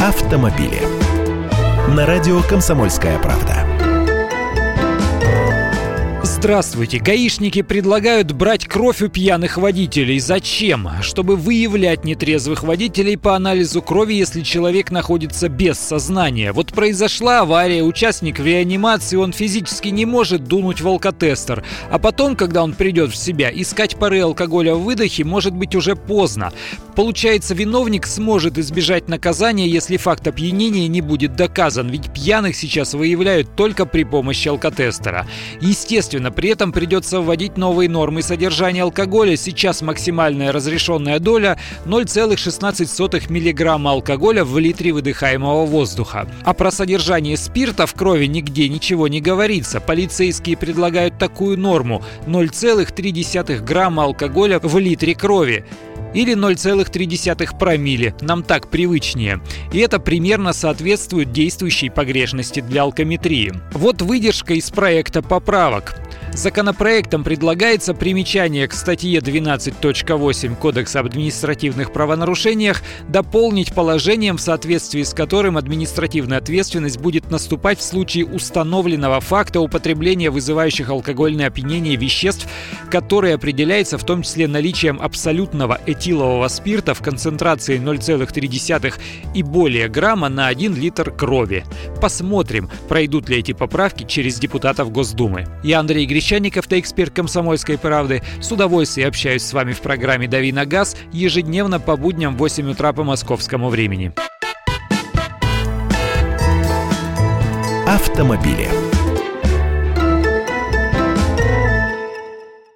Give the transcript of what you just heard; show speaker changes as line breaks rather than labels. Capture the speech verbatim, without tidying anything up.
автомобили. На радио «Комсомольская правда».
Здравствуйте. Гаишники предлагают брать кровь у пьяных водителей. Зачем? Чтобы выявлять нетрезвых водителей по анализу крови, если человек находится без сознания. Вот произошла авария, участник в реанимации, он физически не может дунуть в алкотестер. А потом, когда он придет в себя, искать пары алкоголя в выдохе может быть уже поздно. Получается, виновник сможет избежать наказания, если факт опьянения не будет доказан, ведь пьяных сейчас выявляют только при помощи алкотестера. Естественно, при этом придется вводить новые нормы содержания алкоголя. Сейчас максимальная разрешенная доля ноль целых шестнадцать сотых миллиграмма алкоголя в литре выдыхаемого воздуха. А про содержание спирта в крови нигде ничего не говорится. Полицейские предлагают такую норму – ноль целых три десятых грамма алкоголя в литре крови. Или ноль целых три десятых промилле, нам так привычнее. И это примерно соответствует действующей погрешности для алкометрии. Вот выдержка из проекта поправок. Законопроектом предлагается примечание к статье двенадцать точка восемь Кодекса об административных правонарушениях дополнить положением, в соответствии с которым административная ответственность будет наступать в случае установленного факта употребления вызывающих алкогольное опьянение веществ, которые определяется в том числе наличием абсолютного этилового спирта в концентрации ноль целых три десятых и более грамма на один литр крови. Посмотрим, пройдут ли эти поправки через депутатов Госдумы. Я Андрей Гречанников, эксперт «Комсомольской правды». С удовольствием общаюсь с вами в программе «Дави на газ» ежедневно по будням в восемь утра по московскому времени.
Автомобили.